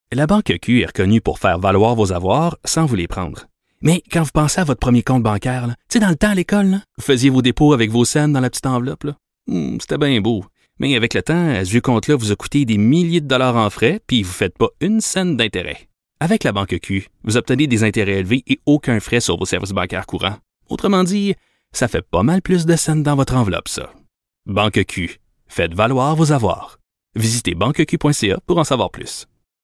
La Banque Q est reconnue pour faire valoir vos avoirs sans vous les prendre. Mais quand vous pensez à votre premier compte bancaire, tu sais, dans le temps à l'école, là, vous faisiez vos dépôts avec vos scènes dans la petite enveloppe. Là. C'était bien beau. Mais avec le temps, ce vieux compte-là vous a coûté des milliers de dollars en frais, puis vous ne faites pas une scène d'intérêt. Avec la Banque Q, vous obtenez des intérêts élevés et aucun frais sur vos services bancaires courants. Autrement dit, ça fait pas mal plus de scènes dans votre enveloppe, ça. Banque Q. Faites valoir vos avoirs. Visitez banqueq.ca pour en savoir plus.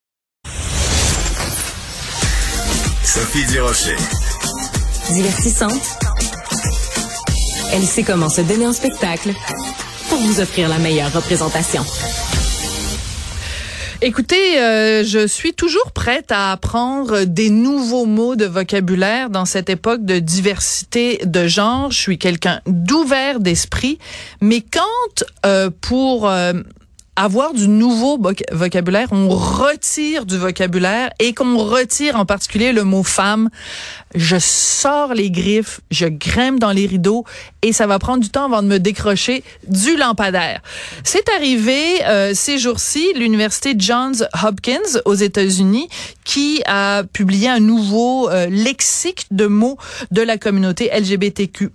Sophie Durocher. Divertissante. Elle sait comment se donner en spectacle pour vous offrir la meilleure représentation. Écoutez, je suis toujours prête à apprendre des nouveaux mots de vocabulaire dans cette époque de diversité de genre. Je suis quelqu'un d'ouvert d'esprit, mais quand pour avoir du nouveau vocabulaire, on retire du vocabulaire et qu'on retire en particulier le mot femme, je sors les griffes, je grimpe dans les rideaux et ça va prendre du temps avant de me décrocher du lampadaire. C'est arrivé ces +jours-ci, l'université Johns Hopkins aux États-Unis qui a publié un nouveau lexique de mots de la communauté LGBTQ+.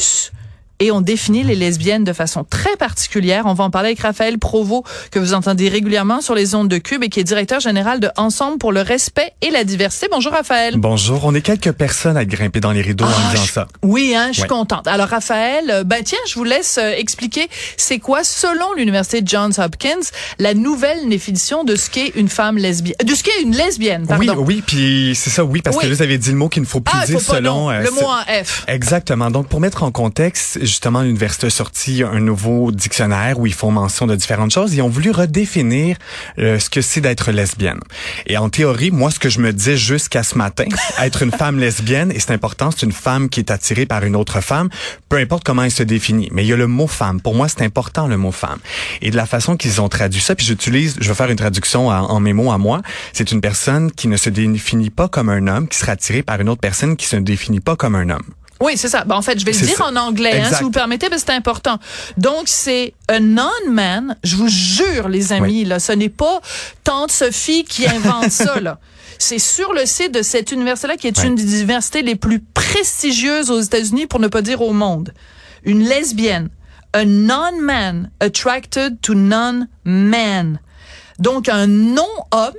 Et on définit les lesbiennes de façon très particulière. On va en parler avec Raphaël Provost, que vous entendez régulièrement sur les ondes de Cube et qui est directeur général de Ensemble pour le respect et la diversité. Bonjour Raphaël. Bonjour. On est quelques personnes à grimper dans les rideaux en disant ça. Oui, je suis contente. Alors Raphaël, tiens, je vous laisse expliquer c'est quoi, selon l'université Johns Hopkins, la nouvelle définition de ce qu'est une femme lesbienne, de ce qu'est une lesbienne, pardon. Oui, puis c'est ça, parce que là, vous avez dit le mot qu'il ne faut plus dire selon... le mot en F. Exactement. Donc, pour mettre en contexte, justement, l'université a sorti un nouveau dictionnaire où ils font mention de différentes choses. Ils ont voulu redéfinir ce que c'est d'être lesbienne. Et en théorie, moi, ce que je me disais jusqu'à ce matin, être une femme lesbienne, et c'est important, c'est une femme qui est attirée par une autre femme, peu importe comment elle se définit. Mais il y a le mot femme. Pour moi, c'est important, le mot femme. Et de la façon qu'ils ont traduit ça, puis je vais faire une traduction en mes mots à moi, c'est une personne qui ne se définit pas comme un homme, qui sera attirée par une autre personne qui se définit pas comme un homme. Oui, c'est ça. En fait, je vais le dire en anglais, si vous le permettez, parce que c'est important. Donc, c'est a non-man. Je vous jure, les amis, là, ce n'est pas Tante Sophie qui invente ça, là. C'est sur le site de cette université-là, qui est une des universités les plus prestigieuses aux États-Unis, pour ne pas dire au monde. Une lesbienne. A non-man attracted to non-man. Donc, un non-homme,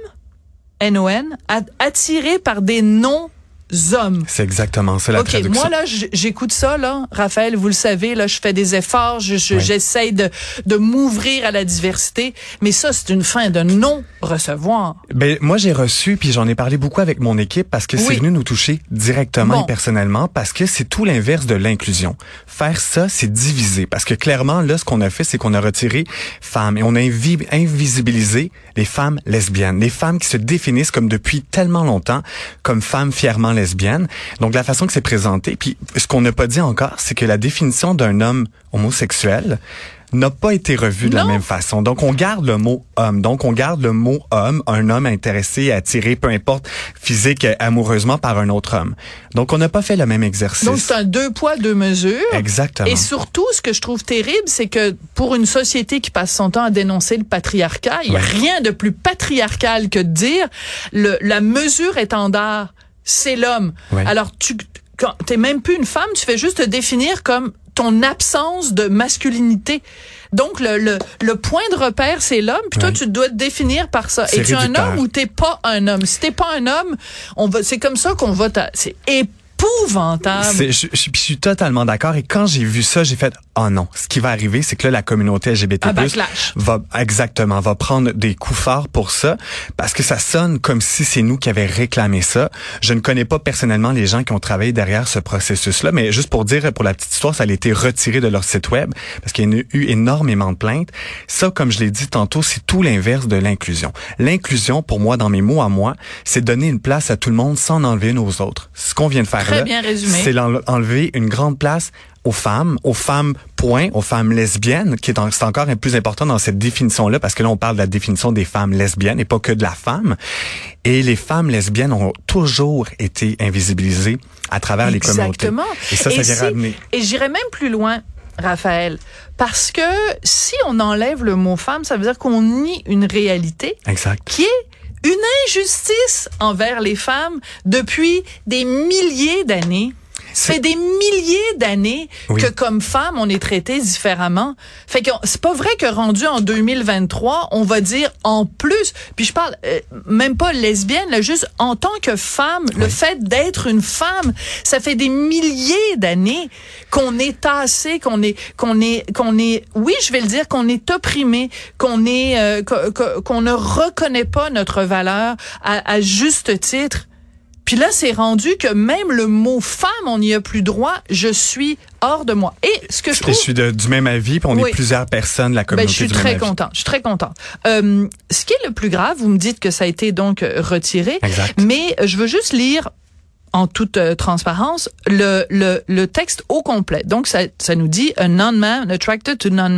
N-O-N, attiré par des non-hommes. C'est exactement ça, la traduction. Moi, là, j'écoute ça, là, Raphaël, vous le savez, là, je fais des efforts, j'essaye de m'ouvrir à la diversité, mais ça, c'est une fin de non-recevoir. Moi, j'ai reçu, puis j'en ai parlé beaucoup avec mon équipe, parce que c'est venu nous toucher directement et personnellement, parce que c'est tout l'inverse de l'inclusion. Faire ça, c'est diviser, parce que clairement, là, ce qu'on a fait, c'est qu'on a retiré femmes, et on a invisibilisé les femmes lesbiennes, les femmes qui se définissent comme depuis tellement longtemps, comme femmes fièrement lesbienne. Donc, la façon que c'est présenté, puis ce qu'on n'a pas dit encore, c'est que la définition d'un homme homosexuel n'a pas été revue de la même façon. Donc, on garde le mot homme. Donc, on garde le mot homme, un homme intéressé, attiré, peu importe, physique, amoureusement par un autre homme. Donc, on n'a pas fait le même exercice. Donc, c'est un 2 poids, 2 mesures. Exactement. Et surtout, ce que je trouve terrible, c'est que pour une société qui passe son temps à dénoncer le patriarcat, il n'y a rien de plus patriarcal que de dire la mesure étendard, c'est l'homme. Alors, quand t'es même plus une femme, tu fais juste te définir comme ton absence de masculinité. Donc, le point de repère, c'est l'homme, puis toi, tu dois te définir par ça. Es-tu un homme ou t'es pas un homme? Si t'es pas un homme, c'est comme ça qu'on va... C'est épouvantable. Je suis totalement d'accord. Et quand j'ai vu ça, j'ai fait, oh non, ce qui va arriver, c'est que là, la communauté LGBT+, va prendre des coups forts pour ça, parce que ça sonne comme si c'est nous qui avions réclamé ça. Je ne connais pas personnellement les gens qui ont travaillé derrière ce processus-là, mais juste pour dire, pour la petite histoire, ça a été retiré de leur site web, parce qu'il y a eu énormément de plaintes. Ça, comme je l'ai dit tantôt, c'est tout l'inverse de l'inclusion. L'inclusion, pour moi, dans mes mots à moi, c'est donner une place à tout le monde sans en enlever une aux autres. Ce qu'on vient de faire Très bien résumé. C'est enlever une grande place aux femmes, point, aux femmes lesbiennes, c'est encore un plus important dans cette définition-là, parce que là, on parle de la définition des femmes lesbiennes et pas que de la femme. Et les femmes lesbiennes ont toujours été invisibilisées à travers les communautés. Exactement. Et ça vient ramener. Et j'irais même plus loin, Raphaël, parce que si on enlève le mot femme, ça veut dire qu'on nie une réalité qui est une injustice envers les femmes depuis des milliers d'années. Ça fait des milliers d'années que comme femme, on est traité différemment. Fait que c'est pas vrai que rendu en 2023, on va dire en plus, puis je parle même pas lesbienne, là, juste en tant que femme, le fait d'être une femme, ça fait des milliers d'années qu'on est tassé, qu'on est, oui, je vais le dire, qu'on est opprimé, qu'on est, qu'on ne reconnaît pas notre valeur à juste titre. Puis là, c'est rendu que même le mot femme, on n'y a plus droit. Je suis hors de moi. Et ce que je trouve... Je suis du même avis, puis on est plusieurs personnes de la communauté je suis très contente. Je suis très contente. Ce qui est le plus grave, vous me dites que ça a été donc retiré. Exact. Mais je veux juste lire en toute transparence, le texte au complet. Donc, ça nous dit « a non-man attracted to non-man ».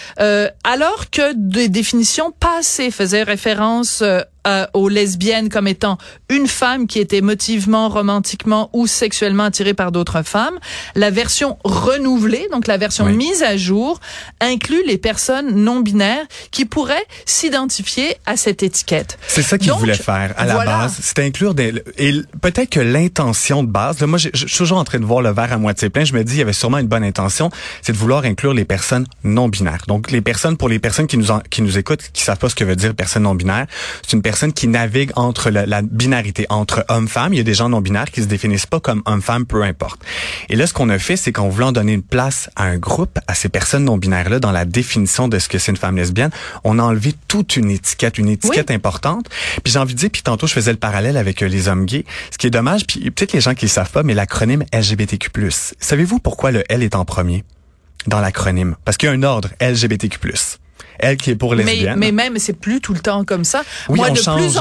Alors que des définitions passées faisaient référence aux lesbiennes comme étant une femme qui était émotivement, romantiquement ou sexuellement attirée par d'autres femmes, la version renouvelée, donc la version mise à jour, inclut les personnes non-binaires qui pourraient s'identifier à cette étiquette. C'est ça qu'il voulait faire à la base. C'était inclure et peut-être que l'intention de base, là, moi je suis toujours en train de voir le verre à moitié plein, je me dis il y avait sûrement une bonne intention, c'est de vouloir inclure les personnes non-binaires. Donc pour les personnes qui nous écoutent, qui savent pas ce que veut dire personne non-binaire, c'est une personne qui navigue entre la binarité, entre homme-femme. Il y a des gens non-binaires qui se définissent pas comme homme-femme, peu importe. Et là, ce qu'on a fait, c'est qu'en voulant donner une place à un groupe, à ces personnes non-binaires-là, dans la définition de ce que c'est une femme lesbienne, on a enlevé toute une étiquette importante. Puis j'ai envie de dire, puis tantôt, je faisais le parallèle avec les hommes gays. Ce qui est dommage, puis peut-être les gens qui le savent pas, mais l'acronyme LGBTQ+. Savez-vous pourquoi le L est en premier dans l'acronyme? Parce qu'il y a un ordre LGBTQ+. Elle qui est pour lesbienne. Mais même, c'est plus tout le temps comme ça. Oui, moi,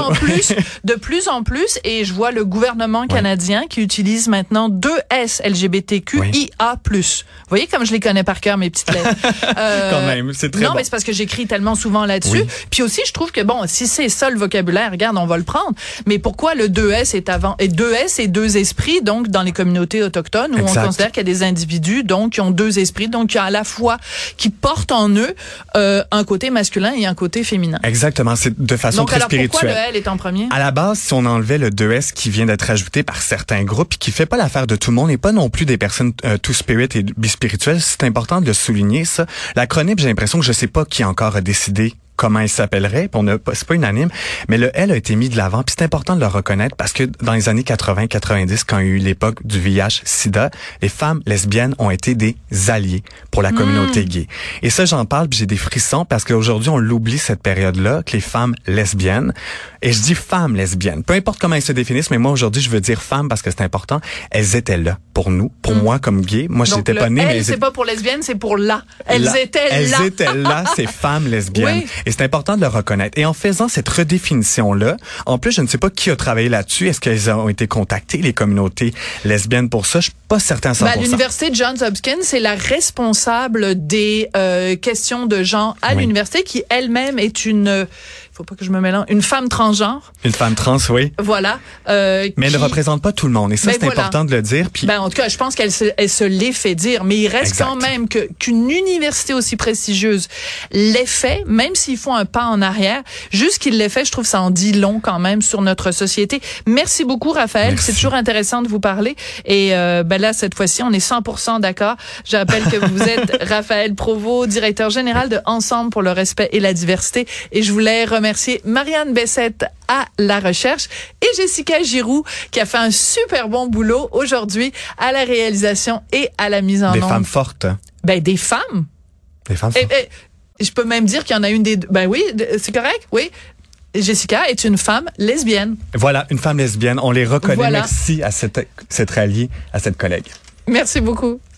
de plus en plus, et je vois le gouvernement canadien qui utilise maintenant 2 S LGBTQIA+. Vous voyez comme je les connais par cœur, mes petites lettres. Quand même, c'est très bon. Non, mais c'est parce que j'écris tellement souvent là-dessus. Puis aussi, je trouve que bon, si c'est ça le vocabulaire, regarde, on va le prendre. Mais pourquoi le 2S est avant? Et 2S et 2 esprits, donc, dans les communautés autochtones, où on considère qu'il y a des individus, donc, qui ont 2 esprits, donc, qui ont à la fois, qui portent en eux, un côté masculin et un côté féminin. Exactement, c'est de façon très spirituelle. Donc alors pourquoi le L est en premier? À la base, si on enlevait le 2S qui vient d'être ajouté par certains groupes, qui fait pas l'affaire de tout le monde et pas non plus des personnes two-spirit et bispirituelles, c'est important de le souligner, ça. L'acronyme, j'ai l'impression que je sais pas qui encore a décidé comment il s'appellerait, c'est pas unanime, mais le L a été mis de l'avant, puis c'est important de le reconnaître parce que dans les années 80-90, quand il y a eu l'époque du VIH/SIDA, les femmes lesbiennes ont été des alliés pour la communauté gay. Et ça, j'en parle, puis j'ai des frissons parce qu'aujourd'hui, on l'oublie cette période-là, que les femmes lesbiennes, et je dis femmes lesbiennes, peu importe comment elles se définissent, mais moi aujourd'hui, je veux dire femmes parce que c'est important, elles étaient là pour nous, pour moi comme gay. Moi, je n'étais pas née, mais c'est pas pour lesbiennes, c'est pour là. Elles étaient là. Elles étaient là, ces femmes lesbiennes. Oui. Et c'est important de le reconnaître. Et en faisant cette redéfinition-là, en plus, je ne sais pas qui a travaillé là-dessus. Est-ce qu'elles ont été contactées, les communautés lesbiennes, pour ça? Je suis pas certain à 100%. À l'université de Johns Hopkins, c'est la responsable des questions de genre à l'université qui elle-même est une... faut pas que je me mélange, une femme transgenre. Une femme trans, oui. Voilà. Mais elle ne représente pas tout le monde. Et ça, c'est important de le dire. Puis... en tout cas, je pense qu'elle se l'est fait dire. Mais il reste quand même qu'une université aussi prestigieuse l'ait fait, même s'ils font un pas en arrière, juste qu'il l'ait fait, je trouve ça en dit long quand même sur notre société. Merci beaucoup, Raphaël. Merci. C'est toujours intéressant de vous parler. Et là, cette fois-ci, on est 100% d'accord. Je rappelle que vous êtes Raphaël Provost, directeur général de Ensemble pour le respect et la diversité. Et je voulais remercier Marianne Bessette à la recherche et Jessica Giroux qui a fait un super bon boulot aujourd'hui à la réalisation et à la mise en onde. Des femmes fortes. Des femmes. Des femmes fortes. Je peux même dire qu'il y en a une des deux. Oui, c'est correct, oui. Jessica est une femme lesbienne. Voilà, une femme lesbienne. On les reconnaît. Voilà. Merci à cette alliée, à cette collègue. Merci beaucoup.